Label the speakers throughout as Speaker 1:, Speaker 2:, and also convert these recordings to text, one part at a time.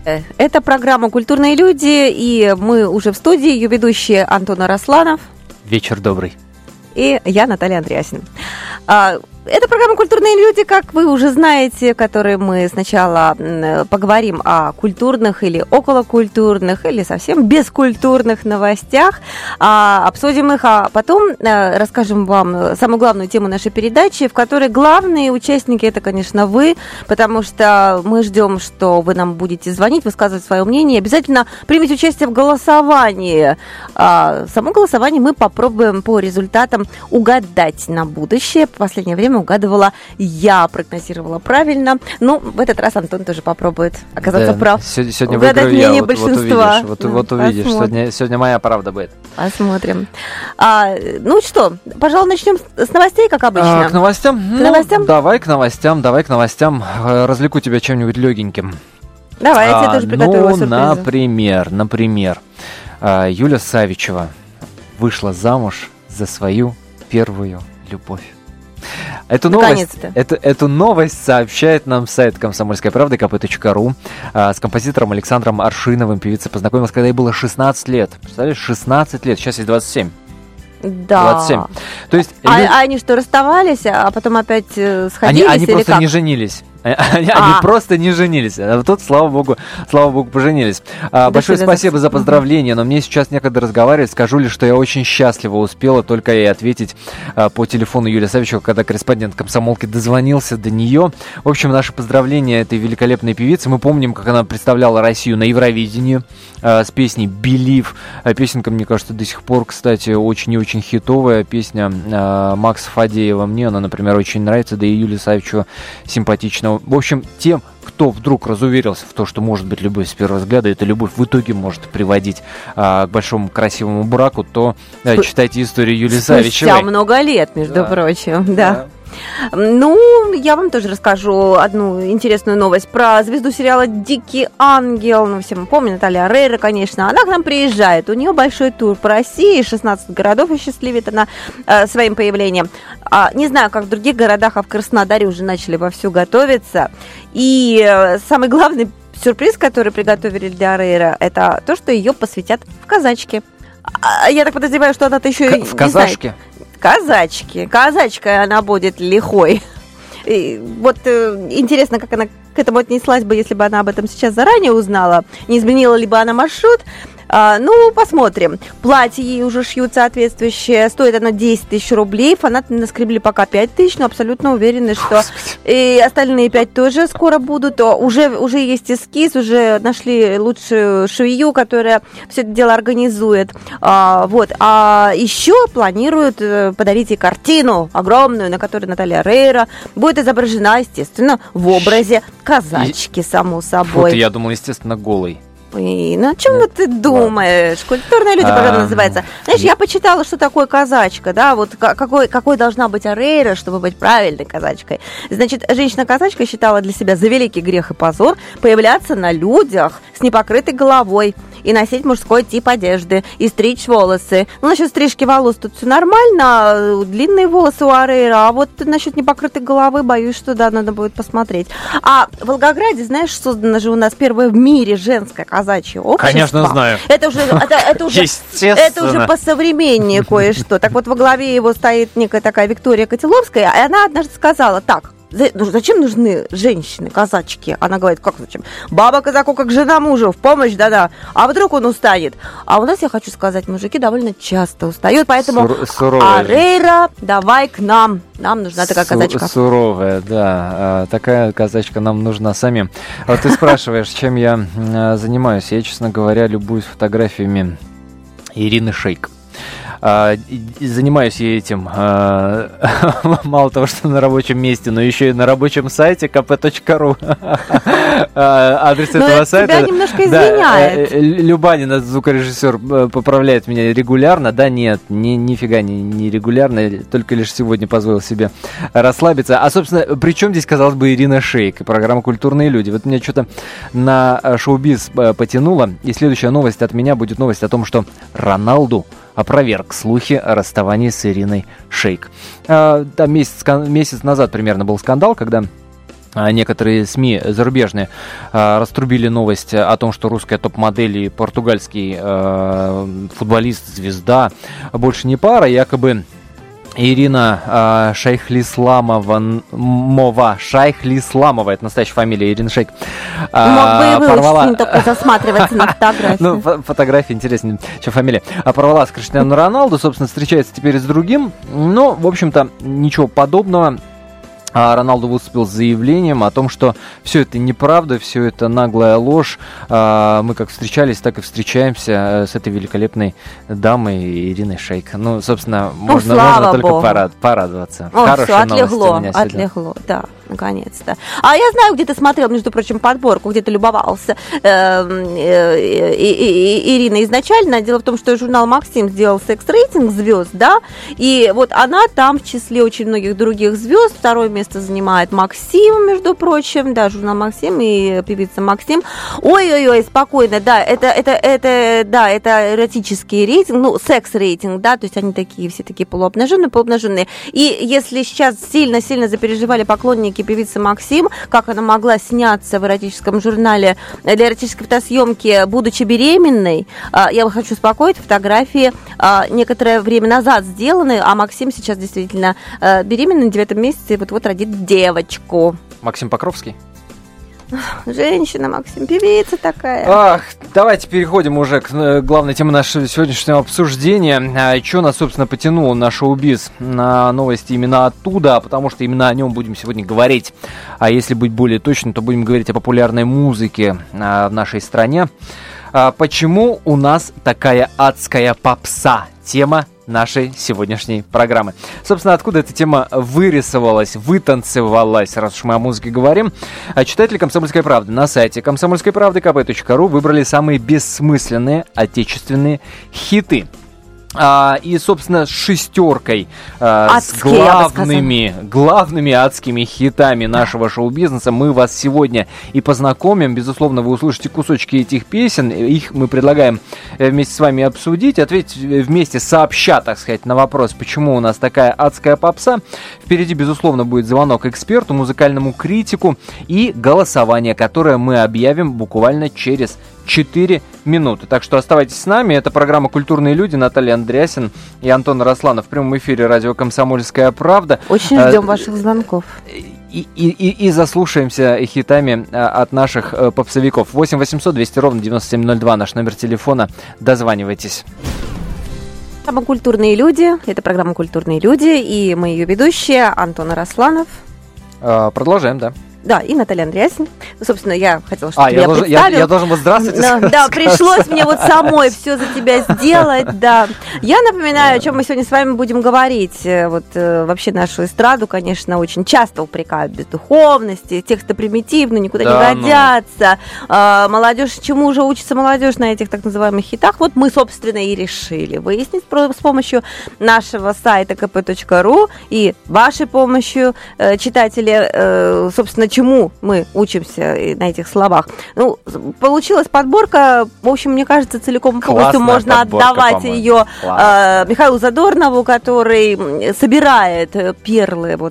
Speaker 1: Это программа «Культурные люди», и мы уже в студии, ее ведущие Антон Арасланов.
Speaker 2: Вечер добрый.
Speaker 1: И я, Наталья Андреасин. Это программа «Культурные люди», как вы уже знаете, в которой мы сначала поговорим о культурных или околокультурных, или совсем бескультурных новостях, обсудим их, а потом расскажем вам самую главную тему нашей передачи, в которой главные участники – это, конечно, вы, потому что мы ждем, что вы нам будете звонить, высказывать свое мнение, обязательно примите участие в голосовании. Само голосование мы попробуем по результатам угадать на будущее. В последнее время угадывала я, прогнозировала правильно. Ну, в этот раз Антон тоже попробует оказаться прав.
Speaker 2: Сегодня
Speaker 1: угадать
Speaker 2: выиграю
Speaker 1: мнение
Speaker 2: я,
Speaker 1: большинства.
Speaker 2: Вот увидишь. Сегодня моя правда будет.
Speaker 1: Посмотрим. Ну что, пожалуй, начнем с новостей, как обычно.
Speaker 2: К новостям?
Speaker 1: Новостям?
Speaker 2: Давай к новостям. Развлеку тебя чем-нибудь легеньким.
Speaker 1: Давай, я тебе тоже приготовила сюрпризы.
Speaker 2: Например, Юля Савичева вышла замуж за свою первую любовь. Эту новость сообщает нам сайт «Комсомольская правда» kp.ru. С композитором Александром Аршиновым певица познакомилась, когда ей было 16 лет. Представляешь, 16 лет, сейчас ей 27.
Speaker 1: Да.
Speaker 2: 27. То есть,
Speaker 1: они что, расставались, а потом опять сходились?
Speaker 2: Они просто не женились. Они просто не женились. А тут, слава богу, поженились. Большое спасибо за поздравления, но мне сейчас некогда разговаривать. Скажу лишь, что я очень счастлива успела только ей ответить по телефону Юлии Савичевой, когда корреспондент комсомолки дозвонился до нее. В общем, наши поздравления этой великолепной певице. Мы помним, как она представляла Россию на Евровидении с песней «Believe». Песенка, мне кажется, до сих пор, кстати, очень и очень хитовая. Песня Макса Фадеева. Мне она, например, очень нравится, да и Юлия Савичева симпатична. В общем, тем, кто вдруг разуверился в то, что может быть любовь с первого взгляда, эта любовь в итоге может приводить к большому красивому браку, то читайте историю Юлии Савичевой.
Speaker 1: Спустя много лет, между прочим, да. Ну, я вам тоже расскажу одну интересную новость про звезду сериала «Дикий ангел». Ну, все мы помним, Наталья Орейро, конечно. Она к нам приезжает. У нее большой тур по России, 16 городов и счастливит она своим появлением. Не знаю, как в других городах, а в Краснодаре уже начали вовсю готовиться. И самый главный сюрприз, который приготовили для Орейро, это то, что ее посвятят в казачки. Я так подозреваю, что она-то еще и
Speaker 2: в казачке?
Speaker 1: Казачка она будет лихой. И вот интересно, как она к этому отнеслась бы, если бы она об этом сейчас заранее узнала. Не изменила ли бы она маршрут? Ну, посмотрим. Платье ей уже шьют соответствующее. Стоит оно 10 тысяч рублей. Фанаты наскребли пока 5 тысяч, но абсолютно уверены, что и остальные 5 тоже скоро будут. Уже есть эскиз, уже нашли лучшую швею, которая все это дело организует. Вот. А еще планируют подарить ей картину огромную, на которой Наталья Орейро будет изображена, естественно, в образе казачки, само собой.
Speaker 2: Я думал, естественно, голой.
Speaker 1: Ну, о чем вот ты думаешь? «Культурные люди» программа называется. Знаешь, я почитала, что такое казачка, да, вот какой должна быть Орейро, чтобы быть правильной казачкой. Значит, женщина-казачка считала для себя за великий грех и позор появляться на людях с непокрытой головой и носить мужской тип одежды, и стричь волосы. Ну, насчет стрижки волос тут все нормально, длинные волосы у Орейро, а вот насчет непокрытой головы, боюсь, что, да, надо будет посмотреть. А в Волгограде, знаешь, создано же у нас первое в мире женское казачье общество.
Speaker 2: Конечно, знаю.
Speaker 1: Это уже посовременнее кое-что. Так вот, во главе его стоит некая такая Виктория Котеловская, и она однажды сказала так: зачем нужны женщины-казачки? Она говорит, как зачем? Баба казаку как жена мужу, в помощь, да-да. А вдруг он устанет? А у нас, я хочу сказать, мужики довольно часто устают, поэтому Орейро, давай к нам. Нам нужна такая казачка.
Speaker 2: Суровая, да. Такая казачка нам нужна самим. Вот ты спрашиваешь, чем я занимаюсь. Я, честно говоря, любуюсь фотографиями Ирины Шейк. Занимаюсь я этим мало того, что на рабочем месте, но еще и на рабочем сайте kp.ru. Адрес этого сайта.
Speaker 1: Тебя немножко извиняет.
Speaker 2: Любанина, звукорежиссер, поправляет меня регулярно. Да нет, нифига не регулярно, только лишь сегодня позволил себе расслабиться. А, собственно, при чем здесь, казалось бы, Ирина Шейк и программа «Культурные люди»? Вот меня что-то на шоу-биз потянуло, и следующая новость от меня будет новость о том, что Роналду опроверг слухи о расставании с Ириной Шейк. Там месяц назад примерно был скандал, когда некоторые СМИ зарубежные раструбили новость о том, что русская топ-модель и португальский футболист, звезда больше не пара, якобы Ирина Шайхлисламова, это настоящая фамилия, Ирина Шейх.
Speaker 1: Мог бы порвала... только засматриваться на фотографии.
Speaker 2: Ну, фотографии интереснее, чем фамилия. Порвала с Криштиану Роналду, собственно, встречается теперь с другим. Но, в общем-то, ничего подобного. Роналду выступил с заявлением о том, что все это неправда, все это наглая ложь. Мы как встречались, так и встречаемся с этой великолепной дамой Ириной Шейк. Ну, собственно, можно только порадоваться.
Speaker 1: Хорошая новость у меня сегодня. Отлегло, да, наконец-то. А я знаю, где ты смотрел, между прочим, подборку, где ты любовался Ириной изначально. Дело в том, что журнал «Максим» сделал секс-рейтинг звезд, да, и вот она там в числе очень многих других звезд. Второе место занимает Максим, между прочим, да, журнал «Максим» и певица Максим. Ой-ой-ой, спокойно, да, это эротический рейтинг, ну, секс-рейтинг, да, то есть они такие, все такие полуобнаженные. И если сейчас сильно-сильно запереживали поклонники певицы Максим, как она могла сняться в эротическом журнале для эротической фотосъемки, будучи беременной, я вам хочу успокоить, фотографии некоторое время назад сделаны, а Максим сейчас действительно беременна на 9 месяце, и вот родит девочку.
Speaker 2: Максим Покровский?
Speaker 1: Женщина, Максим, певица такая.
Speaker 2: Ах, давайте переходим уже к главной теме нашего сегодняшнего обсуждения. Что нас, собственно, потянуло на шоу-биз, на новости именно оттуда, потому что именно о нем будем сегодня говорить. А если быть более точным, то будем говорить о популярной музыке в нашей стране. Почему у нас такая адская попса? Тема нашей сегодняшней программы. Собственно, откуда эта тема вырисовалась, вытанцевалась, раз уж мы о музыке говорим. Читатели «Комсомольской правды» на сайте комсомольскойправды.kp.ру выбрали самые бессмысленные отечественные хиты. И, собственно, с шестеркой, с главными адскими хитами нашего шоу-бизнеса мы вас сегодня и познакомим. Безусловно, вы услышите кусочки этих песен. Их мы предлагаем вместе с вами обсудить, ответить вместе, сообща, так сказать, на вопрос, почему у нас такая адская попса. Впереди, безусловно, будет звонок эксперту, музыкальному критику и голосование, которое мы объявим буквально через 4 минуты. Так что оставайтесь с нами. Это программа «Культурные люди». Наталья Андреасин и Антон Росланов в прямом эфире радио «Комсомольская правда».
Speaker 1: Очень ждем ваших звонков.
Speaker 2: И заслушаемся хитами от наших попсовиков. 8 800 200 ровно 9702 наш номер телефона. Дозванивайтесь.
Speaker 1: Программа «Культурные люди». Это программа «Культурные люди». И мы ее ведущие Антон Росланов.
Speaker 2: Продолжаем, да.
Speaker 1: Да, и Наталья Андреасин. Собственно, я хотела, чтобы тебя представил.
Speaker 2: Я должен вот здравствуйте сказать.
Speaker 1: Да, пришлось мне вот самой все за тебя сделать, да. Я напоминаю, о чем мы сегодня с вами будем говорить. Вот вообще нашу эстраду, конечно, очень часто упрекают в бездуховности, тексты примитивны, никуда не годятся. Молодежь, чему уже учится молодежь на этих так называемых хитах? Вот мы, собственно, и решили выяснить с помощью нашего сайта kp.ru и вашей помощью, читатели, собственно, чему мы учимся на этих словах. Ну, получилась подборка, в общем, мне кажется, целиком и полностью можно отдавать ее Михаилу Задорнову, который собирает перлы вот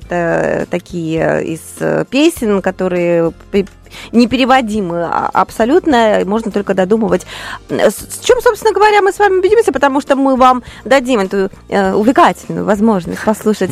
Speaker 1: такие из песен, которые непереводимы абсолютно, можно только додумывать. С чем, собственно говоря, мы с вами убедимся, потому что мы вам дадим эту увлекательную возможность послушать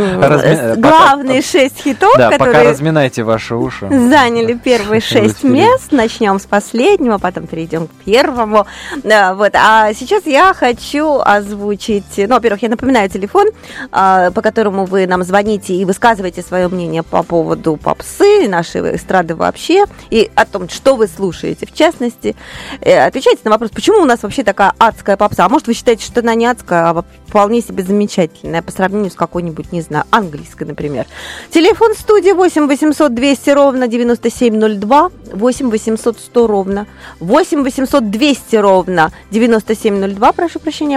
Speaker 1: главные 6 хитов,
Speaker 2: да, которые пока разминайте ваши уши.
Speaker 1: Заняли первые 6 мест. Начнем с последнего, потом перейдем к первому. Вот. А сейчас я хочу озвучить, ну, во-первых, я напоминаю телефон, по которому вы нам звоните и высказываете свое мнение по поводу попсы, нашей эстрады вообще, и о том, что вы слушаете. В частности, отвечайте на вопрос, почему у нас вообще такая адская попса. А может, вы считаете, что она не адская, а вполне себе замечательная по сравнению с какой-нибудь, не знаю, английской, например. Телефон студии 8 800 200 ровно 9702, 8 800 100 ровно, 8 800 200 ровно 9702, прошу прощения.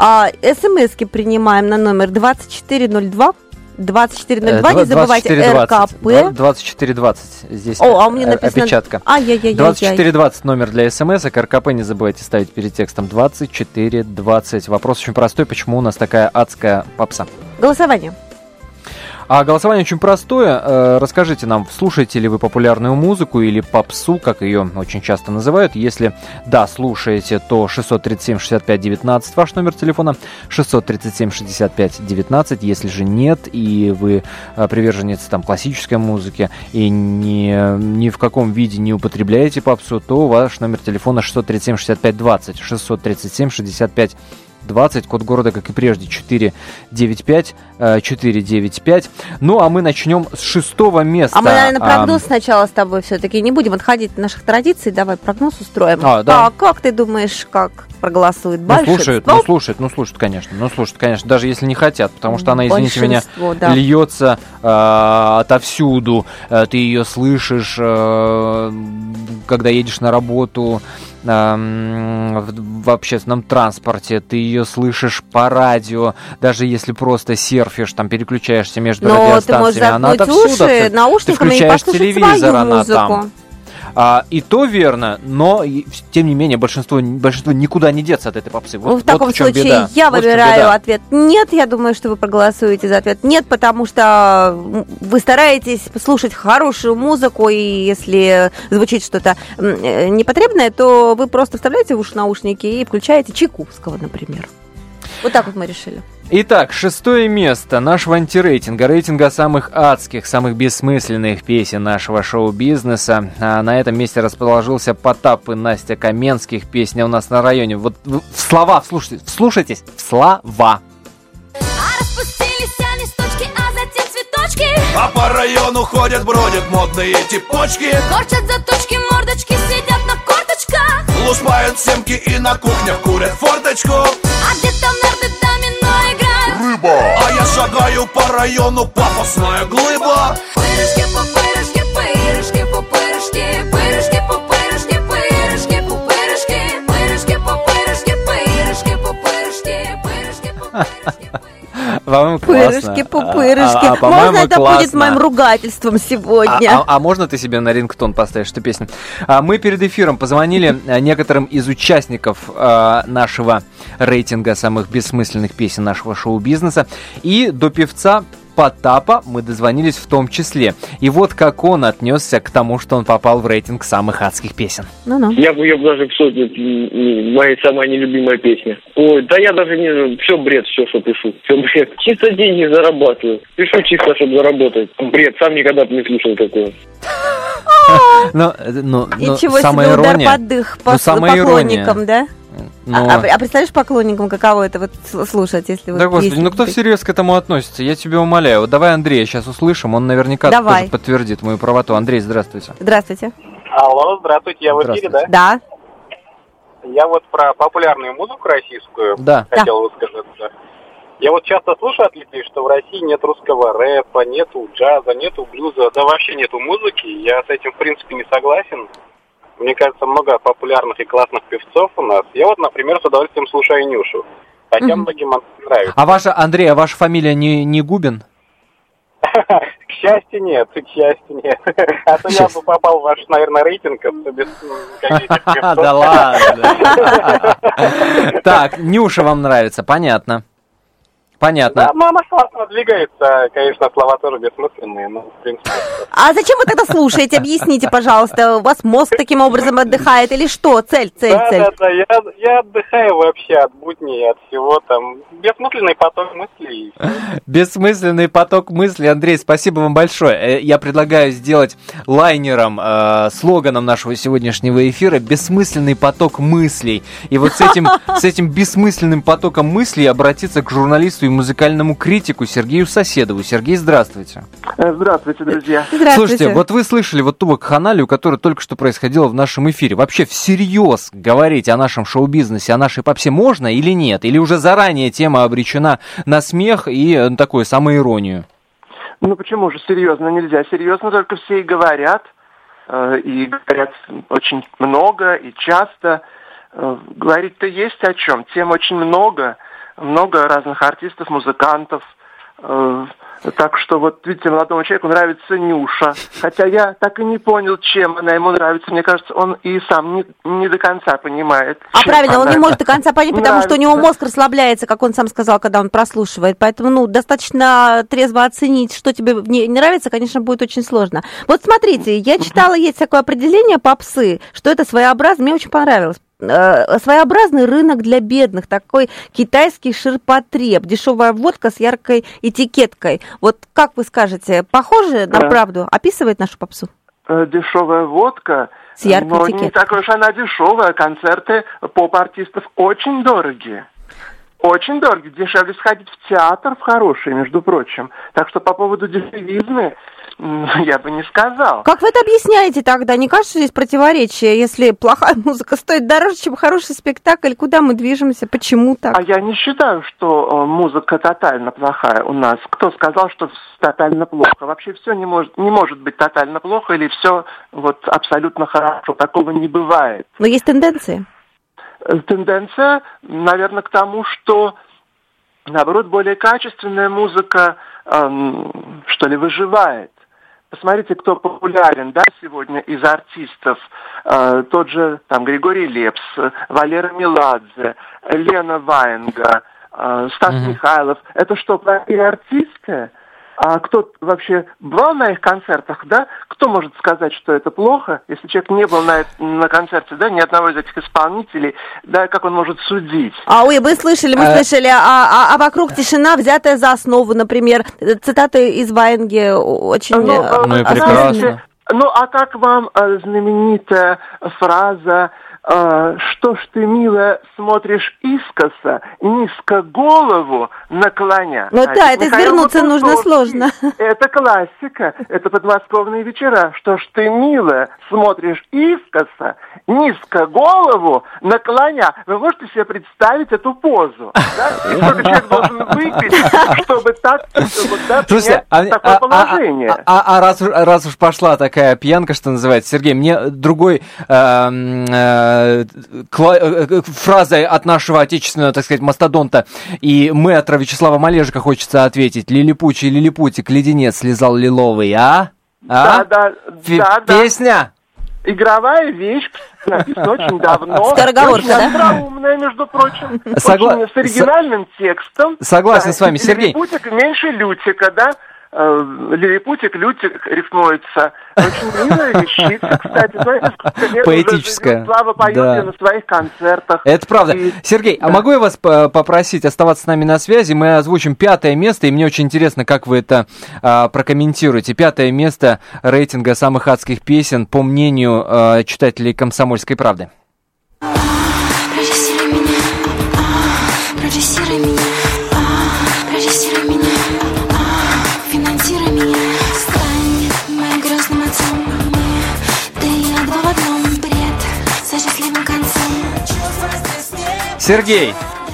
Speaker 1: СМСки принимаем на номер 2402. 2402, не забывайте
Speaker 2: 2420, РКП. 2420, здесь
Speaker 1: у меня написано...
Speaker 2: опечатка. 2420 номер для СМС-ок, РКП не забывайте ставить перед текстом 2420. Вопрос очень простой, почему у нас такая адская попса?
Speaker 1: Голосование.
Speaker 2: А голосование очень простое. Расскажите нам, слушаете ли вы популярную музыку или попсу, как ее очень часто называют. Если да, слушаете, то 637-65-19 ваш номер телефона, 637-65-19. Если же нет, и вы приверженец там классической музыки и ни в каком виде не употребляете попсу, то ваш номер телефона 637-65-20, 637-65-20, код города, как и прежде, 495. Ну, а мы начнем с 6-го места.
Speaker 1: А мы, наверное, прогноз сначала с тобой все-таки не будем отходить от наших традиций. Давай прогноз устроим.
Speaker 2: Да.
Speaker 1: А как ты думаешь, как проголосует большинство?
Speaker 2: Слушают, конечно. Даже если не хотят, потому что она, извините меня, льется отовсюду. Ты ее слышишь, когда едешь на работу, в общественном транспорте, ты ее слышишь по радио, даже если просто серфишь, там переключаешься между радиостанциями, она отовсюду.
Speaker 1: Ты включаешь
Speaker 2: телевизор, она там. И то верно, но тем не менее большинство никуда не деться от этой попсы.
Speaker 1: В таком случае я выбираю ответ нет. Я думаю, что вы проголосуете за ответ нет, потому что вы стараетесь слушать хорошую музыку, и если звучит что-то непотребное, то вы просто вставляете в уши наушники и включаете Чайковского, например. Вот так вот мы решили.
Speaker 2: Итак, 6-е место нашего рейтинга самых адских, самых бессмысленных песен нашего шоу-бизнеса. На этом месте расположился Потап и Настя Каменских. Песня у нас на районе. Вот в слова, вслушайтесь, в слова.
Speaker 3: А по району ходят, бродят модные типочки.
Speaker 4: Корчат заточки, мордочки, сидят на корточках.
Speaker 3: Лушпают семки и на кухнях курят форточку.
Speaker 4: А где-то нарды домино играют.
Speaker 3: Рыба! А я шагаю по району, пафосная глыба.
Speaker 4: Пырышки, пупырышки, пырышки, пупырышки, пырышки, пупырышки, пырышки, пупырышки, пырышки, пупырышки, пырышки, пупырышки, пырышки, пупырышки.
Speaker 2: По-моему, классно.
Speaker 1: Пупырышки. Можно это
Speaker 2: классно.
Speaker 1: будет моим ругательством сегодня?
Speaker 2: А можно ты себе на рингтон поставишь эту песню? Мы перед эфиром позвонили некоторым из участников нашего рейтинга самых бессмысленных песен нашего шоу-бизнеса. И до певца Потапа мы дозвонились в том числе. И вот как он отнесся к тому, что он попал в рейтинг самых адских песен.
Speaker 1: Ну-ну.
Speaker 5: Я бы ее даже в сотню, моя самая нелюбимая песня. Ой, да я даже не... Все бред, все, что пишу. Все бред. Чисто деньги зарабатываю. Пишу чисто, чтобы заработать. Бред, сам никогда не слушал такое.
Speaker 1: Ничего себе, удар под дых поклонникам, да? А представляешь поклонникам, каково это вот слушать, если вот...
Speaker 2: Да, господи, кто всерьез к этому относится? Я тебя умоляю. Вот давай Андрея сейчас услышим, он наверняка тоже подтвердит мою правоту. Андрей, здравствуйте.
Speaker 1: Здравствуйте.
Speaker 6: Алло, здравствуйте, я в эфире, да?
Speaker 1: Да.
Speaker 6: Я вот про популярную музыку российскую хотел высказаться. Я вот часто слушаю от людей, что в России нет русского рэпа, нету джаза, нету блюза, да вообще нету музыки. Я с этим, в принципе, не согласен. Мне кажется, много популярных и классных певцов у нас. Я вот, например, с удовольствием слушаю Нюшу. Хотя многим она нравится.
Speaker 2: Андрей, а ваша фамилия не Губин?
Speaker 6: К счастью, нет. А то я бы попал в ваш, наверное, рейтинг без каких-то певцов.
Speaker 2: Да ладно. Так, Нюша вам нравится, понятно.
Speaker 6: Да, но она классно двигается, конечно, слова тоже бессмысленные, но в принципе...
Speaker 1: А зачем вы тогда слушаете? Объясните, пожалуйста, у вас мозг таким образом отдыхает или что? Цель.
Speaker 6: Да, я отдыхаю вообще от будней, от всего там. Бессмысленный поток мыслей.
Speaker 2: Бессмысленный поток мыслей. Андрей, спасибо вам большое. Я предлагаю сделать лайнером, слоганом нашего сегодняшнего эфира «Бессмысленный поток мыслей». И вот с этим бессмысленным потоком мыслей обратиться к журналисту и музыкальному критику Сергею Соседову. Сергей, здравствуйте.
Speaker 7: Здравствуйте, друзья.
Speaker 2: Слушайте, вот вы слышали вот ту вакханалию, которая только что происходила в нашем эфире. Вообще всерьез говорить о нашем шоу-бизнесе, о нашей попсе можно или нет? Или уже заранее тема обречена на смех и такую самоиронию?
Speaker 7: Ну почему же серьезно нельзя? Серьезно только все и говорят очень много и часто. Говорить-то есть о чем. Тем очень много разных артистов, музыкантов, Так что вот, видите, молодому человеку нравится Нюша. Хотя я так и не понял, чем она ему нравится. Мне кажется, он и сам не до конца понимает.
Speaker 1: Правильно, он не может до конца понять, потому что у него мозг расслабляется, как он сам сказал, когда он прослушивает. Поэтому, достаточно трезво оценить, что тебе не нравится, конечно, будет очень сложно. Вот смотрите, я читала, есть такое определение попсы, что это своеобразно, мне очень понравилось. Своеобразный рынок для бедных, такой китайский ширпотреб, дешевая водка с яркой этикеткой. Вот как вы скажете, похоже на правду? Описывает нашу попсу?
Speaker 7: Дешевая водка,
Speaker 1: с яркой
Speaker 7: но
Speaker 1: этикеткой.
Speaker 7: Не такой уж она дешевая. Концерты поп-артистов очень дорогие. Очень дорого. Дешевле сходить в театр в хороший, между прочим. Так что по поводу дешевизны я бы не сказал.
Speaker 1: Как вы это объясняете тогда? Не кажется, что здесь противоречие? Если плохая музыка стоит дороже, чем хороший спектакль, куда мы движемся? Почему так?
Speaker 7: А я не считаю, что музыка тотально плохая у нас. Кто сказал, что тотально плохо? Вообще все не может быть тотально плохо или все вот абсолютно хорошо. Такого не бывает.
Speaker 1: Но есть тенденции.
Speaker 7: Тенденция, наверное, к тому, что, наоборот, более качественная музыка, что ли, выживает. Посмотрите, кто популярен, сегодня из артистов. Тот же, Григорий Лепс, Валера Меладзе, Лена Ваенга, Стас Михайлов. Это что, плохие артисты? А кто вообще бывал на их концертах, Кто может сказать, что это плохо, если человек не был на концерте, ни одного из этих исполнителей, как он может судить?
Speaker 1: Мы слышали, а вокруг тишина, взятая за основу, например, цитаты из Ваенги очень...
Speaker 2: прекрасно.
Speaker 7: А как вам знаменитая фраза «Что ж ты, милая, смотришь искоса, низко голову наклоня».
Speaker 1: Это извернуться нужно сложно.
Speaker 7: Это классика, это подмосковные вечера. «Что ж ты, милая, смотришь искоса, низко голову наклоня». Вы можете себе представить эту позу? И сколько человек должен выпить, чтобы принять такое положение?
Speaker 2: Раз уж пошла такая пьянка, что называется, Сергей, мне другой... фразой от нашего отечественного, так сказать, мастодонта и мэтра Вячеслава Малежика хочется ответить. Лилипучий лилипутик, леденец слезал лиловый, а? Песня?
Speaker 7: Игровая вещь, написана очень давно.
Speaker 1: Скороговорка,
Speaker 7: очень остроумная, между прочим. С оригинальным текстом.
Speaker 2: Согласен с вами, Сергей.
Speaker 7: Лилипутик меньше лютика, Лилипутик, лютик рифмуется. Очень милая вещица, кстати.
Speaker 2: Поэтическая.
Speaker 7: Слава поет ее на своих концертах.
Speaker 2: Это правда. Сергей, а могу я вас попросить оставаться с нами на связи? Мы озвучим 5-е место, и мне очень интересно, как вы это прокомментируете. 5-е место рейтинга самых адских песен, по мнению читателей «Комсомольской правды».
Speaker 4: Продюсируй меня.
Speaker 2: Сергей,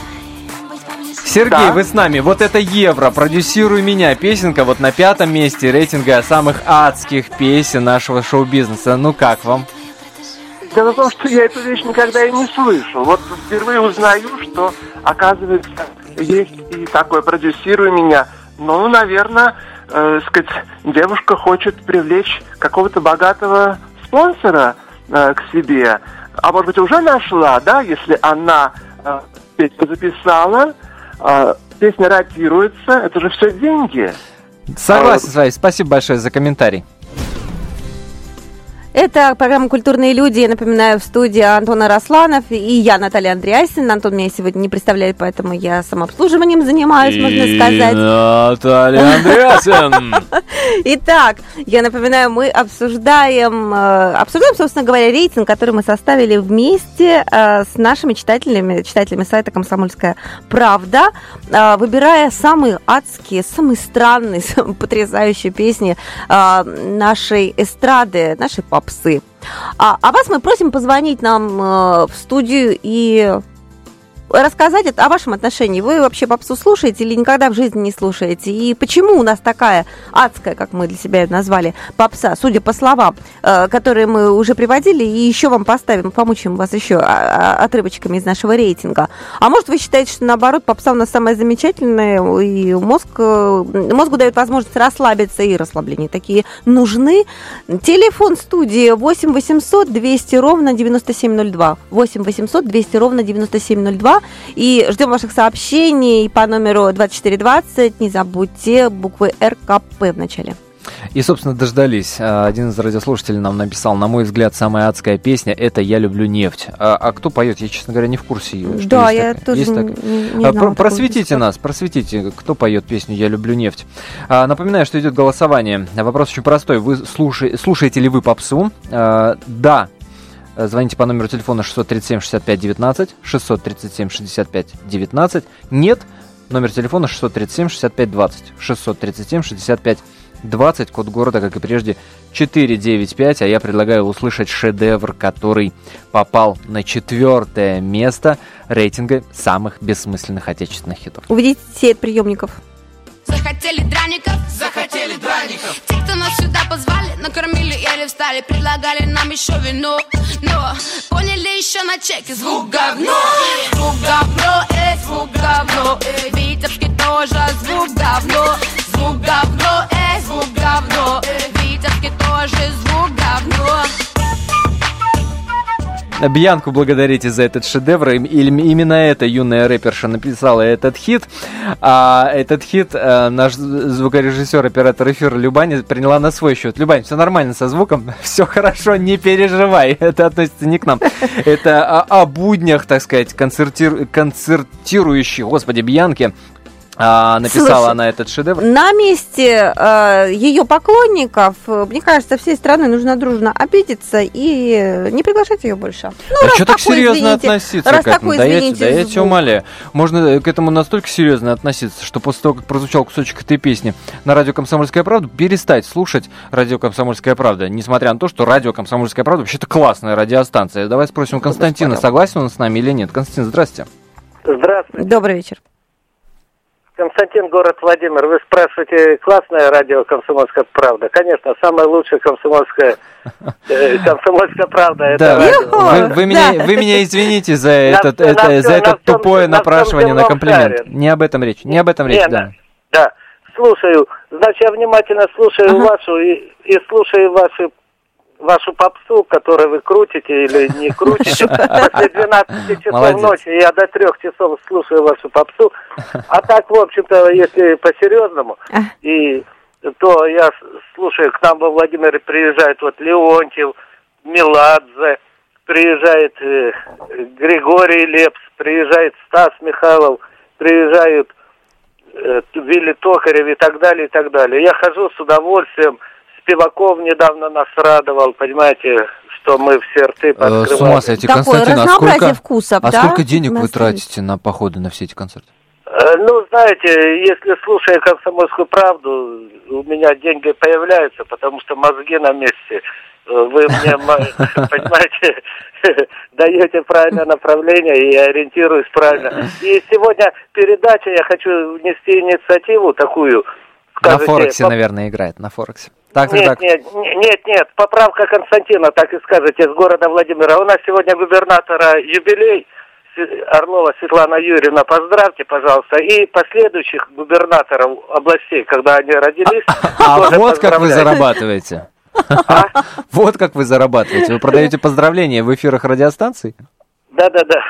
Speaker 2: вы с нами. Вот это Евро, продюсируй меня. Песенка вот на 5-м месте рейтинга самых адских песен нашего шоу-бизнеса. Ну как вам?
Speaker 7: Дело в том, что я эту вещь никогда и не слышал. Вот впервые узнаю, что, оказывается, есть и такое «продюсируй меня». Наверное, девушка хочет привлечь какого-то богатого спонсора к себе. А может быть, уже нашла, если она песню записала, песня ротируется, это же все деньги.
Speaker 2: Согласен с вами, спасибо большое за комментарий.
Speaker 1: Это программа «Культурные люди». Я напоминаю, в студии Антон Арасланов и я, Наталья Андреасин. Антон меня сегодня не представляет, поэтому я самообслуживанием занимаюсь, можно сказать.
Speaker 2: Наталья Андреасин.
Speaker 1: Итак, я напоминаю, мы обсуждаем, собственно говоря, рейтинг, который мы составили вместе с нашими читателями сайта «Комсомольская правда», выбирая самые адские, самые странные, самые потрясающие песни нашей эстрады, нашей попсы. А вас мы просим позвонить нам в студию и рассказать о вашем отношении. Вы вообще попсу слушаете или никогда в жизни не слушаете? И почему у нас такая адская, как мы для себя назвали, попса, судя по словам, которые мы уже приводили, и еще вам поставим, помучим вас еще отрывочками из нашего рейтинга. А может, вы считаете, что наоборот, попса у нас самая замечательная, и мозгу дает возможность расслабиться, и расслабления такие нужны. Телефон студии 8 800 200 ровно 9702. 8 800 200 ровно 9702. И ждем ваших сообщений по номеру 2420. Не забудьте буквы РКП в начале.
Speaker 2: И, собственно, дождались. Один из радиослушателей нам написал: на мой взгляд, самая адская песня — это «Я люблю нефть». А кто поет? Я, честно говоря, не в курсе ее.
Speaker 1: Да, я тоже не знала.
Speaker 2: Просветите нас, кто поет песню «Я люблю нефть». Напоминаю, что идет голосование. Вопрос очень простой. Вы слушаете ли вы попсу? Да. Звоните по номеру телефона 637 65 19, 637 65 19. Нет. Номер телефона 637 65 20, 637 65 20, код города, как и прежде, 495, а я предлагаю услышать шедевр, который попал на 4-е место рейтинга самых бессмысленных отечественных хитов.
Speaker 1: Уведите сеть приемников.
Speaker 4: Захотели драников, захотели драников. Те, кто нас сюда позвали, накормили, еле встали, предлагали нам еще вино. Но поняли еще на чеке: звук говно, звук говно, звук говно. Витебский тоже звук говно, звук говно, звук говно. Витебский тоже звук говно.
Speaker 2: Бьянку благодарите за этот шедевр. Именно эта юная рэперша написала этот хит. А этот хит наш звукорежиссер, оператор эфира Любаня приняла на свой счет. Любань, все нормально со звуком, все хорошо, не переживай. Это относится не к нам. Это о буднях, так сказать, концертирующей, господи, Бьянки. Написала она этот шедевр.
Speaker 1: На месте ее поклонников, мне кажется, всей страны нужно дружно обидеться и не приглашать ее больше.
Speaker 2: Ну, что так серьезно относиться к этому? Да я тебя умоляю. Можно к этому настолько серьезно относиться, что после того, как прозвучал кусочек этой песни на радио «Комсомольская правда», перестать слушать радио «Комсомольская правда», несмотря на то, что радио «Комсомольская правда» вообще-то классная радиостанция. Давай спросим Константина, согласен он с нами или нет. Константин, здрасте.
Speaker 8: Здравствуйте.
Speaker 1: Добрый вечер.
Speaker 8: Константин, город Владимир. Вы спрашиваете, классное радио «Комсомольская правда»? Конечно, самое лучшее «Комсомольская правда». Это
Speaker 2: да, вы меня извините за это тупое напрашивание на комплимент. Не об этом речь. Да.
Speaker 8: Да, слушаю. Значит, я внимательно слушаю вашу и слушаю вашу попсу, которую вы крутите или не крутите. После 12 часов ночи я до 3 часов слушаю вашу попсу. А так, в общем-то, если по-серьезному, то я слушаю, к нам во Владимире приезжает вот Леонтьев, Меладзе, приезжает Григорий Лепс, приезжает Стас Михайлов, приезжают Вилли Токарев и так далее, и так далее. Я хожу с удовольствием. Спиваков недавно нас радовал, понимаете, что мы все рты подкрывали.
Speaker 2: С ума сойти, Константин, сколько денег вы тратите на походы на все эти концерты?
Speaker 8: Ну, знаете, если слушая «Комсомольскую правду», у меня деньги появляются, потому что мозги на месте. Вы мне, понимаете, даете правильное направление и ориентируюсь правильно. И сегодня передача, я хочу внести инициативу такую.
Speaker 2: На Форексе, наверное, играет, на Форексе.
Speaker 8: Нет, поправка Константина, так и скажете, с города Владимира. У нас сегодня губернатора юбилей, Орлова Светлана Юрьевна, поздравьте, пожалуйста, и последующих губернаторов областей, когда они родились.
Speaker 2: Вот как вы зарабатываете. Вот как вы зарабатываете. Вы продаете поздравления в эфирах радиостанций?
Speaker 8: Да.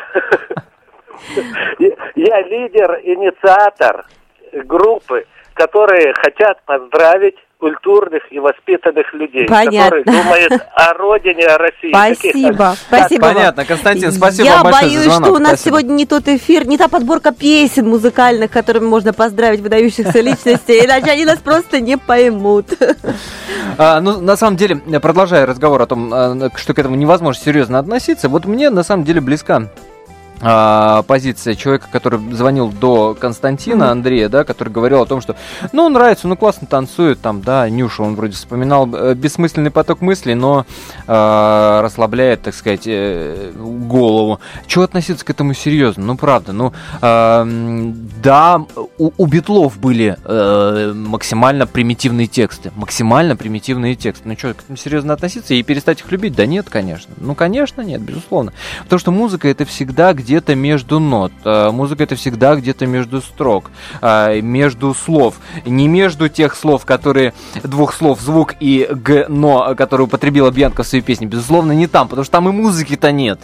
Speaker 8: Я лидер, инициатор группы, которые хотят поздравить культурных и воспитанных людей, которые думают о родине, о России.
Speaker 1: Спасибо.
Speaker 2: Понятно, Константин, спасибо вам большое за звонок.
Speaker 1: Я боюсь, что у нас сегодня не тот эфир, не та подборка песен музыкальных, которыми можно поздравить выдающихся личностей, иначе они нас просто не поймут.
Speaker 2: Ну, на самом деле, продолжая разговор о том, что к этому невозможно серьезно относиться, вот мне на самом деле близка позиция человека, который звонил до Константина, Андрея, да, который говорил о том, что, ну, нравится, ну, классно танцует, там, да, Нюшу, он вроде вспоминал, бессмысленный поток мыслей, но расслабляет, так сказать, голову. Чего относиться к этому серьезно? Ну, правда, ну, да, у Битлов были максимально примитивные тексты, Ну, что, к этому серьезно относиться и перестать их любить? Да нет, конечно. Ну, конечно, нет, безусловно. Потому что музыка — это всегда где-то между нот. Музыка — это всегда где-то между строк, между слов. Не между тех слов, которые... Двух слов «звук» и «но», которые употребила Бьянка в своей песне. Безусловно, не там, потому что там и музыки-то нет.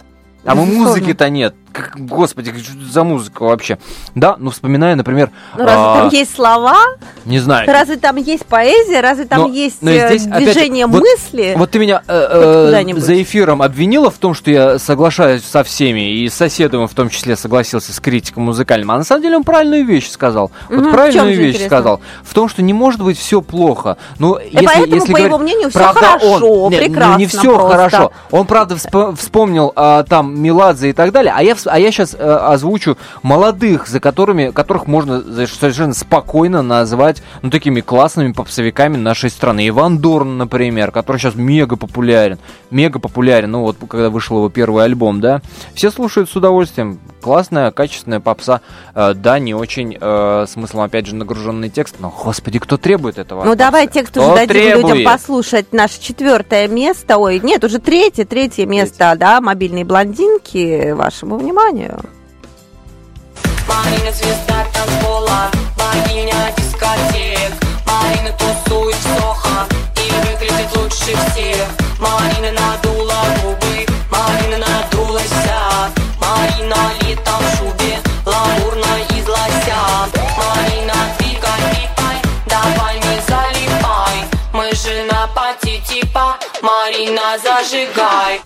Speaker 2: Господи, что за музыка вообще? Да, ну вспоминаю, например...
Speaker 1: Ну разве там есть слова?
Speaker 2: Не знаю.
Speaker 1: Разве там есть поэзия? Разве там есть здесь, движение мысли?
Speaker 2: Вот ты меня за эфиром обвинила в том, что я соглашаюсь со всеми, и с соседом в том числе согласился с критиком музыкальным. А на самом деле он правильную вещь сказал. Вот правильную вещь сказал. В том, что не может быть все плохо. Ну,
Speaker 1: поэтому, по его мнению, все хорошо, прекрасно.
Speaker 2: Не все хорошо. Он, правда, вспомнил там Меладзе и так далее, а я сейчас озвучу молодых, которых можно совершенно спокойно назвать, ну, такими классными попсовиками нашей страны. Иван Дорн, например, который сейчас мега популярен, ну, вот, когда вышел его первый альбом, да, все слушают с удовольствием, классная, качественная попса, да, не очень смыслом, опять же, нагруженный текст, но, господи, кто требует этого?
Speaker 1: Ну, давай текст уже дадим людям послушать. Наше 4 место, уже третье место, да, «Мобильные блондинки», вашему вниманию.
Speaker 9: Марина звезда танцпола, богиня дискотек. Марина тусует в Сохо и выглядит лучше всех. Марина надула губы, Марина надулася. Марина летом в шубе, ламурно из лося. Марина двигай, давай не залипай. Мы же на пати типа, Марина зажигай.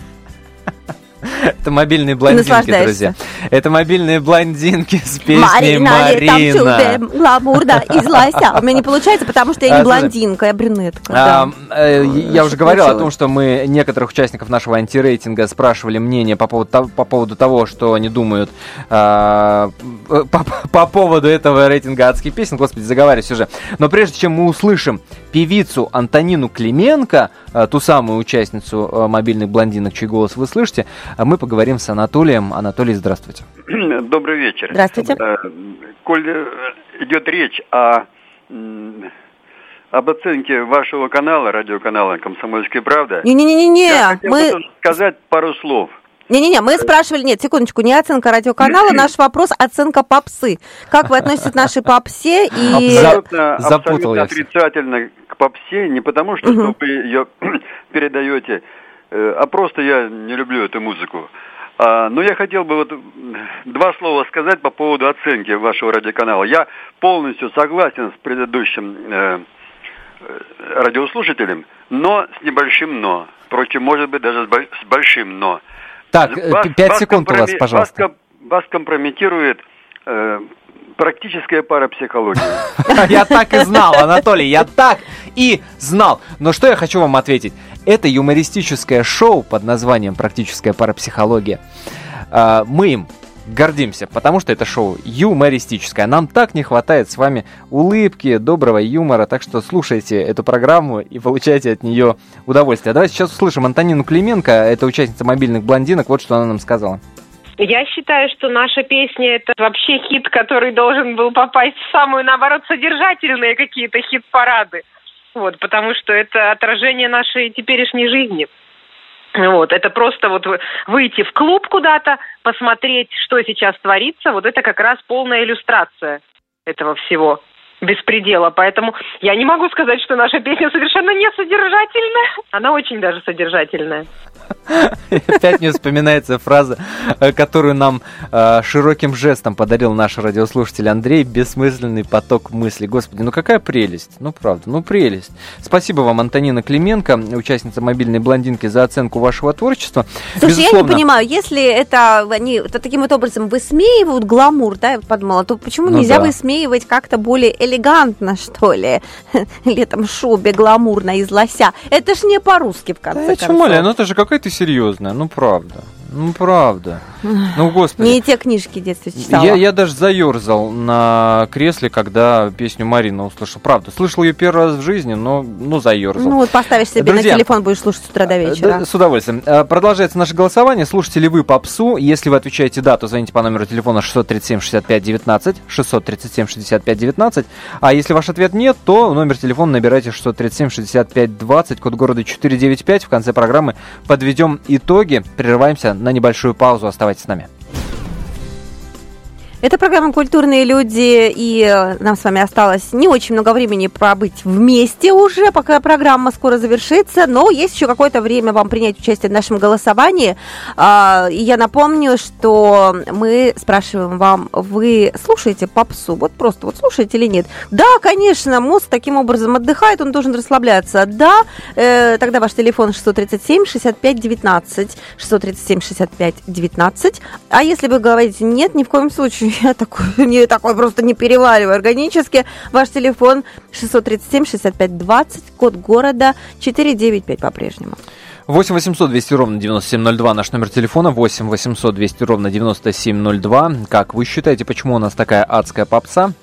Speaker 2: Это «Мобильные блондинки», друзья. Это «Мобильные блондинки» с песней «Марина».
Speaker 1: Гламурно из лося. У меня не получается, потому что я не блондинка, я брюнетка.
Speaker 2: Я уже говорил о том, что мы некоторых участников нашего антирейтинга спрашивали мнение по поводу того, что они думают по поводу этого рейтинга адских песен. Господи, заговариваюсь уже. Но прежде чем мы услышим певицу Антонину Клименко, ту самую участницу «Мобильных блондинок», чей голос вы слышите, мы поговорим с Анатолием. Анатолий, здравствуйте.
Speaker 10: Добрый вечер.
Speaker 1: Здравствуйте.
Speaker 10: Коль идет речь об оценке вашего канала, радиоканала «Комсомольская правда», я хотел бы сказать пару слов.
Speaker 1: Мы спрашивали, секундочку, не оценка радиоканала, наш вопрос – оценка попсы. Как вы относитесь к нашей попсе?
Speaker 10: Абсолютно отрицательно к попсе, не потому что вы ее передаете, а просто я не люблю эту музыку. Но я хотел бы два слова сказать по поводу оценки вашего радиоканала. Я полностью согласен с предыдущим радиослушателем, но с небольшим «но». Впрочем, может быть, даже с большим «но».
Speaker 2: Так, 5 секунд у вас, пожалуйста.
Speaker 10: Вас компрометирует практическая парапсихология.
Speaker 2: Я так и знал, Анатолий, я так и знал. Но что я хочу вам ответить? Это юмористическое шоу под названием «Практическая парапсихология». Мы им гордимся, потому что это шоу юмористическое. Нам так не хватает с вами улыбки, доброго юмора, так что слушайте эту программу и получайте от нее удовольствие. Давайте сейчас услышим Антонину Клименко, это участница «Мобильных блондинок», вот что она нам сказала.
Speaker 11: Я считаю, что наша песня – это вообще хит, который должен был попасть в самую, наоборот, содержательные какие-то хит-парады. Потому что это отражение нашей теперешней жизни. Это просто выйти в клуб куда-то, посмотреть, что сейчас творится, это как раз полная иллюстрация этого всего беспредела. Поэтому я не могу сказать, что наша песня совершенно не содержательная. Она очень даже содержательная.
Speaker 2: Опять мне вспоминается фраза, которую нам широким жестом подарил наш радиослушатель Андрей: «Бессмысленный поток мыслей». Господи, какая прелесть. Правда, прелесть. Спасибо вам, Антонина Клименко, участница «Мобильной блондинки», за оценку вашего творчества.
Speaker 1: Слушай, я не понимаю, если они таким образом высмеивают гламур, да, я подумала, то почему нельзя высмеивать как-то более элегантно, что ли? Летом в шубе гламурно из лося. Это ж не по-русски, в конце концов.
Speaker 2: Это же какая-то серьезная, правда. Ну, правда. Ну, господи.
Speaker 1: Не те книжки в детстве читала.
Speaker 2: Я даже заерзал на кресле, когда песню Марина услышал. Правда, слышал ее первый раз в жизни, но заерзал.
Speaker 1: Ну, вот поставишь себе на телефон, будешь слушать с утра до вечера.
Speaker 2: Да, с удовольствием. Продолжается наше голосование. Слушаете ли вы попсу? Если вы отвечаете «да», то звоните по номеру телефона 637-65-19, 637-65-19. А если ваш ответ «нет», то номер телефона набирайте 637-65-20, код города 495. В конце программы подведем итоги. Прерываемся на небольшую паузу. Оставайтесь с нами.
Speaker 1: Это программа «Культурные люди», и нам с вами осталось не очень много времени побыть вместе уже, пока программа скоро завершится, но есть еще какое-то время вам принять участие в нашем голосовании. И я напомню, что мы спрашиваем вам, вы слушаете попсу? Вот просто вот слушаете или нет? Да, конечно, мозг таким образом отдыхает, он должен расслабляться. Да, тогда ваш телефон 637-65-19, 637-65-19. А если вы говорите «нет, ни в коем случае», я такой просто не перевариваю органически. Ваш телефон 637-65-20, код города 495 по-прежнему.
Speaker 2: 8 800 200 ровно 9702 наш номер телефона, 8 800 200 ровно 9702. Как вы считаете, почему у нас такая адская попса?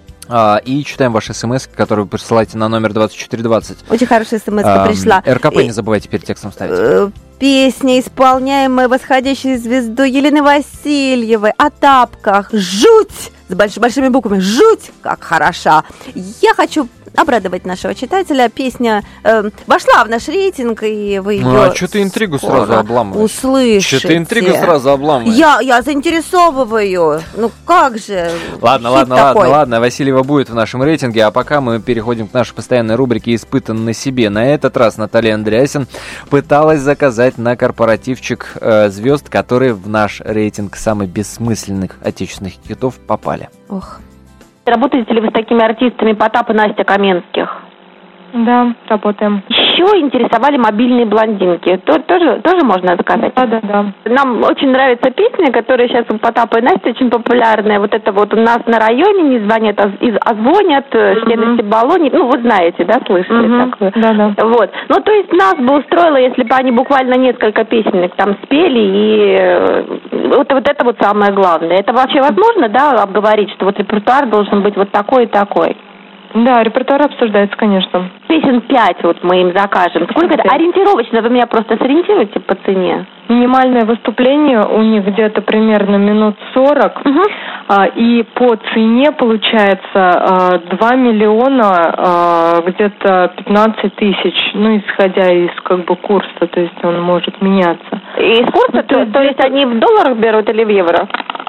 Speaker 2: И читаем ваши смс, которые вы присылаете на номер 2420.
Speaker 1: Очень хорошая смс-ка пришла.
Speaker 2: РКП не забывайте перед текстом ставить.
Speaker 1: Песня, исполняемая восходящей звездой Елены Васильевой о тапках. Жуть! С большими буквами. Жуть! Как хороша! Я хочу обрадовать нашего читателя. Песня вошла в наш рейтинг, и вы ее
Speaker 2: а что ты интригу сразу обламываешь?
Speaker 1: Услышите.
Speaker 2: Что ты интригу сразу обламываешь?
Speaker 1: Я заинтересовываю. Ну как же?
Speaker 2: Ладно. Васильева будет в нашем рейтинге, а пока мы переходим к нашей постоянной рубрике «Испытан на себе». На этот раз Наталья Андреасин пыталась заказать на корпоративчик звезд, которые в наш рейтинг самых бессмысленных отечественных хитов попали.
Speaker 1: Ох.
Speaker 12: Работаете ли вы с такими артистами Потап и Настя Каменских?
Speaker 11: Да, работаем.
Speaker 12: Еще интересовали мобильные блондинки. Тоже можно заказать?
Speaker 11: Да.
Speaker 12: Нам очень нравится песня, которая сейчас у Потапа и Насти очень популярная. Вот это вот у нас на районе не звонят, а звонят, члены баллони. Ну, вы знаете, да, слышали такое?
Speaker 11: Да.
Speaker 12: Вот. Ну, то есть нас бы устроило, если бы они буквально несколько песенок там спели, и вот это вот самое главное. Это вообще возможно, да, обговорить, что вот репертуар должен быть вот такой и такой?
Speaker 11: Да, репертуар обсуждается, конечно.
Speaker 12: Песен 5 вот мы им закажем. Сколько это? Ориентировочно вы меня просто сориентируете по цене?
Speaker 11: Минимальное выступление у них где-то примерно минут 40. И по цене получается 2 миллиона где-то 15 тысяч, ну, исходя из курса, то есть он может меняться.
Speaker 12: И из курса? То есть они в долларах берут или в евро?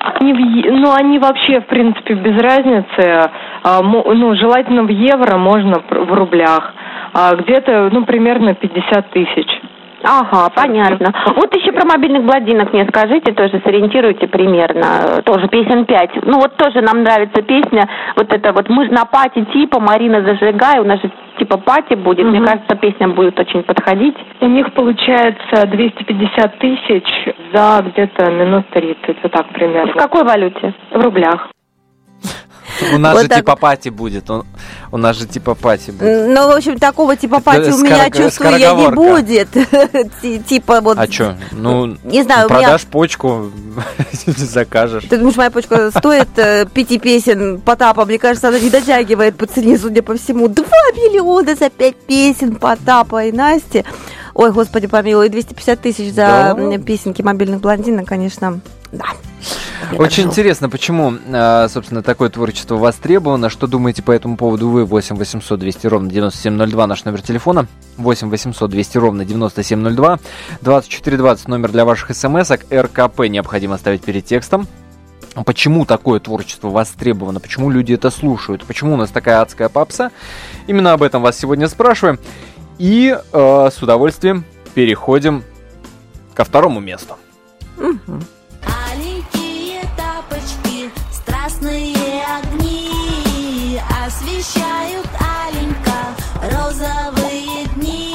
Speaker 11: Они вообще, в принципе, без разницы. Желательно в евро, можно в рублях. Где-то, примерно 50 тысяч.
Speaker 12: Ага, понятно. Вот еще про мобильных блондинок мне скажите, тоже сориентируйте примерно. Тоже песен 5. Ну вот тоже нам нравится песня. Вот это вот «Мы ж на пати типа, Марина зажигай». У нас же типа пати будет. Мне кажется, песня будет очень подходить.
Speaker 11: У них получается 250 тысяч за где-то минут 30. Вот так примерно.
Speaker 12: В какой валюте?
Speaker 11: В рублях.
Speaker 2: У нас же типа пати будет. У нас же типа пати будет.
Speaker 1: Ну, в общем, такого типа пати у меня, чувствую, я не будет. Типа вот...
Speaker 2: А что?
Speaker 1: Не знаю,
Speaker 2: продашь почку, закажешь.
Speaker 1: Ты думаешь, моя почка стоит 5 песен Потапа? Мне кажется, она не дотягивает по цене, судя по всему. 2 миллиона за 5 песен Потапа и Насти. Ой, господи помилуй, 250 тысяч за песенки мобильных блондинок, конечно, да.
Speaker 2: Очень интересно, почему, собственно, такое творчество востребовано. Что думаете по этому поводу вы? 8 800 200 ровно 9702 наш номер телефона. 8 800 200 ровно 9702. 2420 номер для ваших смс-ок. РКП необходимо ставить перед текстом. Почему такое творчество востребовано? Почему люди это слушают? Почему у нас такая адская попса? Именно об этом вас сегодня спрашиваем. И с удовольствием переходим ко второму месту.
Speaker 13: Маленькие тапочки, страстные огни освещают аленько розовые дни.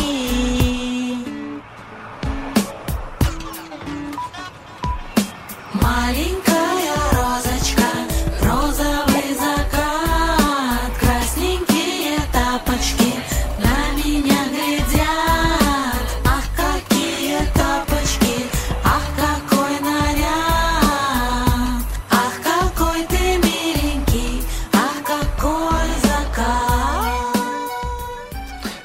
Speaker 13: Маленькая розочка, розовый закат, красненькие тапочки на меня глядят. Ах, какие тапочки, ах,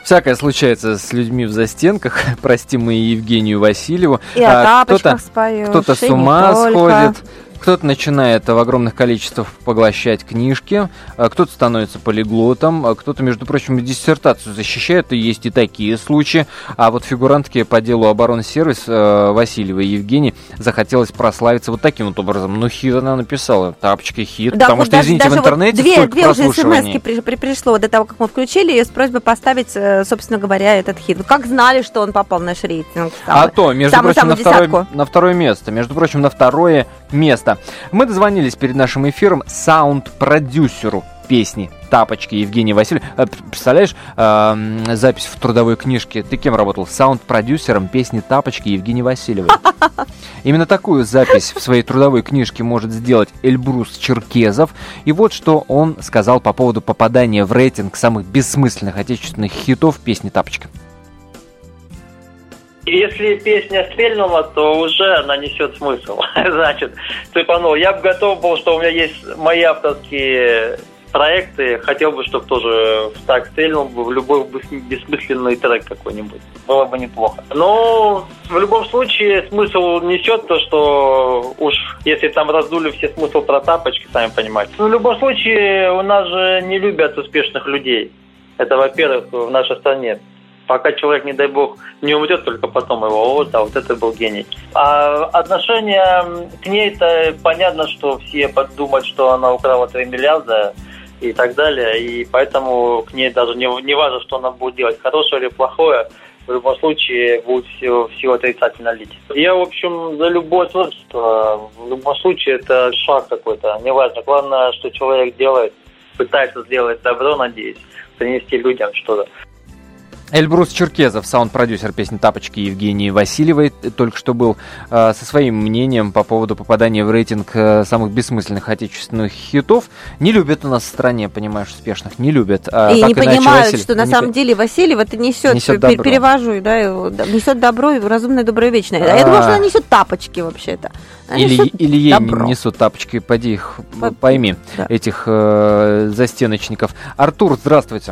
Speaker 2: Всякое случается с людьми в застенках. Прости мы Евгению Васильеву.
Speaker 1: И о тапочках споешь.
Speaker 2: Кто-то с ума сходит. Кто-то начинает в огромных количествах поглощать книжки, кто-то становится полиглотом, кто-то, между прочим, диссертацию защищает, и есть и такие случаи. А вот фигурантке по делу Оборонсервис Васильевой Евгении захотелось прославиться вот таким вот образом. Ну, хит она написала, тапочки хит, да, потому что, извините, в интернете
Speaker 1: вот две уже смс-ки пришло до того, как мы включили ее с просьбой поставить, собственно говоря, этот хит. Как знали, что он попал в наш рейтинг?
Speaker 2: Между прочим, на второе место. Между прочим, на второе место. Мы дозвонились перед нашим эфиром саунд-продюсеру песни «Тапочки» Евгении Васильевой. Представляешь, запись в трудовой книжке. Ты кем работал? Саунд-продюсером песни «Тапочки» Евгении Васильевой. Именно такую запись в своей трудовой книжке может сделать Эльбрус Черкезов. И вот что он сказал по поводу попадания в рейтинг самых бессмысленных отечественных хитов песни «Тапочки».
Speaker 14: Если песня стрельнула, то уже она несет смысл. Значит, цепанул. Я бы готов был, что у меня есть мои авторские проекты. Хотел бы, чтобы тоже так стрельнул бы в любой бессмысленный трек какой-нибудь. Было бы неплохо. Но в любом случае смысл несет то, что уж если там раздули все смысл про тапочки, сами понимаете. В любом случае у нас же не любят успешных людей. Это, во-первых, в нашей стране. Пока человек, не дай бог, не умрет, только потом его, вот это был гений. А отношение к ней-то понятно, что все подумают, что она украла 3 миллиарда и так далее. И поэтому к ней даже не важно, что она будет делать, хорошее или плохое. В любом случае будет все отрицательно лить. Я, в общем, за любое творчество. В любом случае это шаг какой-то. Неважно. Главное, что человек делает, пытается сделать добро, надеюсь, принести людям что-то.
Speaker 2: Эльбрус Черкезов, саунд-продюсер песни «Тапочки» Евгении Васильевой, только что был со своим мнением по поводу попадания в рейтинг самых бессмысленных отечественных хитов. Не любят у нас в стране, понимаешь, успешных, не любят.
Speaker 1: И не понимают, что на самом деле Васильева это несет добро. Перевожу, да, несет добро, и разумное, доброе, вечное. Я думала, что она несет тапочки вообще-то.
Speaker 2: Или ей добро. Несут тапочки, поди их, пойми, да. Этих застеночников. Артур, здравствуйте.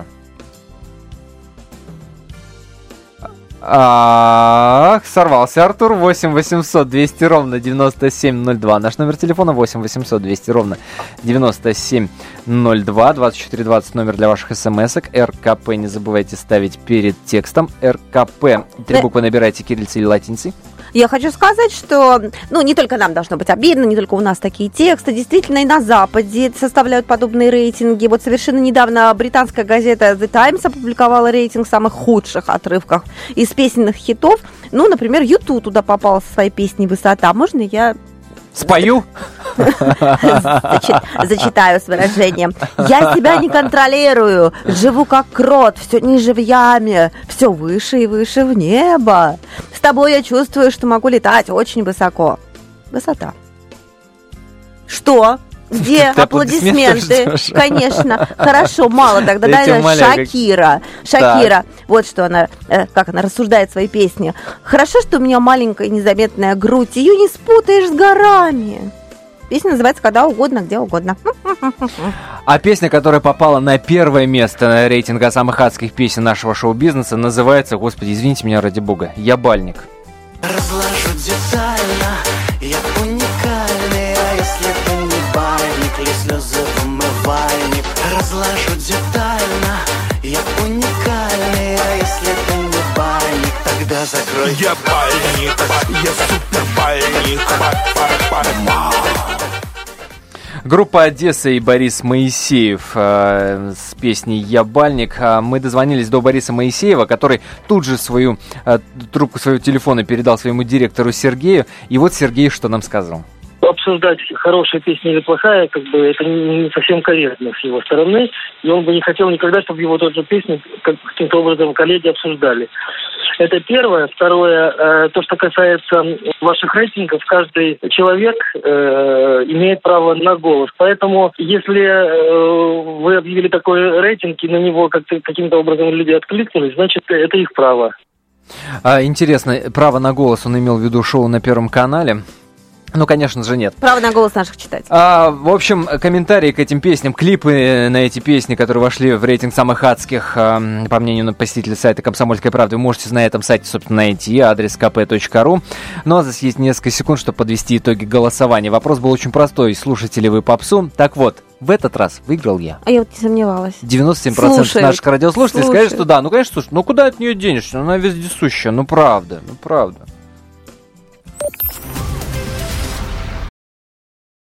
Speaker 2: Сорвался Артур. 8 800 200 ровно 9702. Наш номер телефона 8 800 200 ровно 9702. 2420 номер для ваших смс-ок. РКП не забывайте ставить перед текстом. РКП. 3 буквы набирайте кириллицей или латиницей.
Speaker 1: Я хочу сказать, что, не только нам должно быть обидно, не только у нас такие тексты. Действительно, и на Западе составляют подобные рейтинги. Вот совершенно недавно британская газета The Times опубликовала рейтинг самых худших отрывков из песенных хитов. Например, U2 туда попал со своей песней «Высота». Можно я...
Speaker 2: Спою?
Speaker 1: Зачитаю с выражением. Я себя не контролирую, живу как крот, все ниже в яме, все выше и выше в небо. С тобой я чувствую, что могу летать очень высоко. Высота. Что? Где аплодисменты? Конечно. Хорошо, мало тогда. Шакира. Вот что она, как она рассуждает в своей песне. Хорошо, что у меня маленькая незаметная грудь. Ее не спутаешь с горами. Песня называется «Когда угодно, где угодно».
Speaker 2: А песня, которая попала на первое место на рейтинга самых адских песен нашего шоу-бизнеса, называется, господи, извините меня ради бога, «Ябальник».
Speaker 13: Разложу детально, я уникальный, а если ты не бальник, ли слезы в умывальник. Разложу детально, я уникальный, а если ты не бальник, тогда закрой.
Speaker 3: Я бальник, я супербальник.
Speaker 2: Группа «Одесса» и Борис Моисеев с песней «Ябальник». Мы дозвонились до Бориса Моисеева, который тут же свою трубку своего телефона передал своему директору Сергею. И вот Сергей что нам сказал.
Speaker 15: Обсуждать, хорошая песня или плохая, это не совсем корректно с его стороны. И он бы не хотел никогда, чтобы его тот же песню каким-то образом коллеги обсуждали. Это первое. Второе, то, что касается ваших рейтингов, каждый человек имеет право на голос. Поэтому, если вы объявили такой рейтинг, и на него каким-то образом люди откликнулись, значит, это их право.
Speaker 2: Интересно, право на голос он имел в виду шоу на Первом канале? Ну, конечно же, нет.
Speaker 1: Право на голос наших читателей.
Speaker 2: В общем, комментарии к этим песням, клипы на эти песни, которые вошли в рейтинг самых адских, по мнению посетителей сайта «Комсомольской правды», вы можете на этом сайте, собственно, найти, адрес kp.ru. Ну, а здесь есть несколько секунд, чтобы подвести итоги голосования. Вопрос был очень простой. Слушаете ли вы попсу? Так вот, в этот раз выиграл я.
Speaker 1: А я вот не сомневалась.
Speaker 2: 97% наших радиослушателей сказали, что да. Ну, конечно, слушай, ну куда от нее денешься? Она вездесущая, ну правда.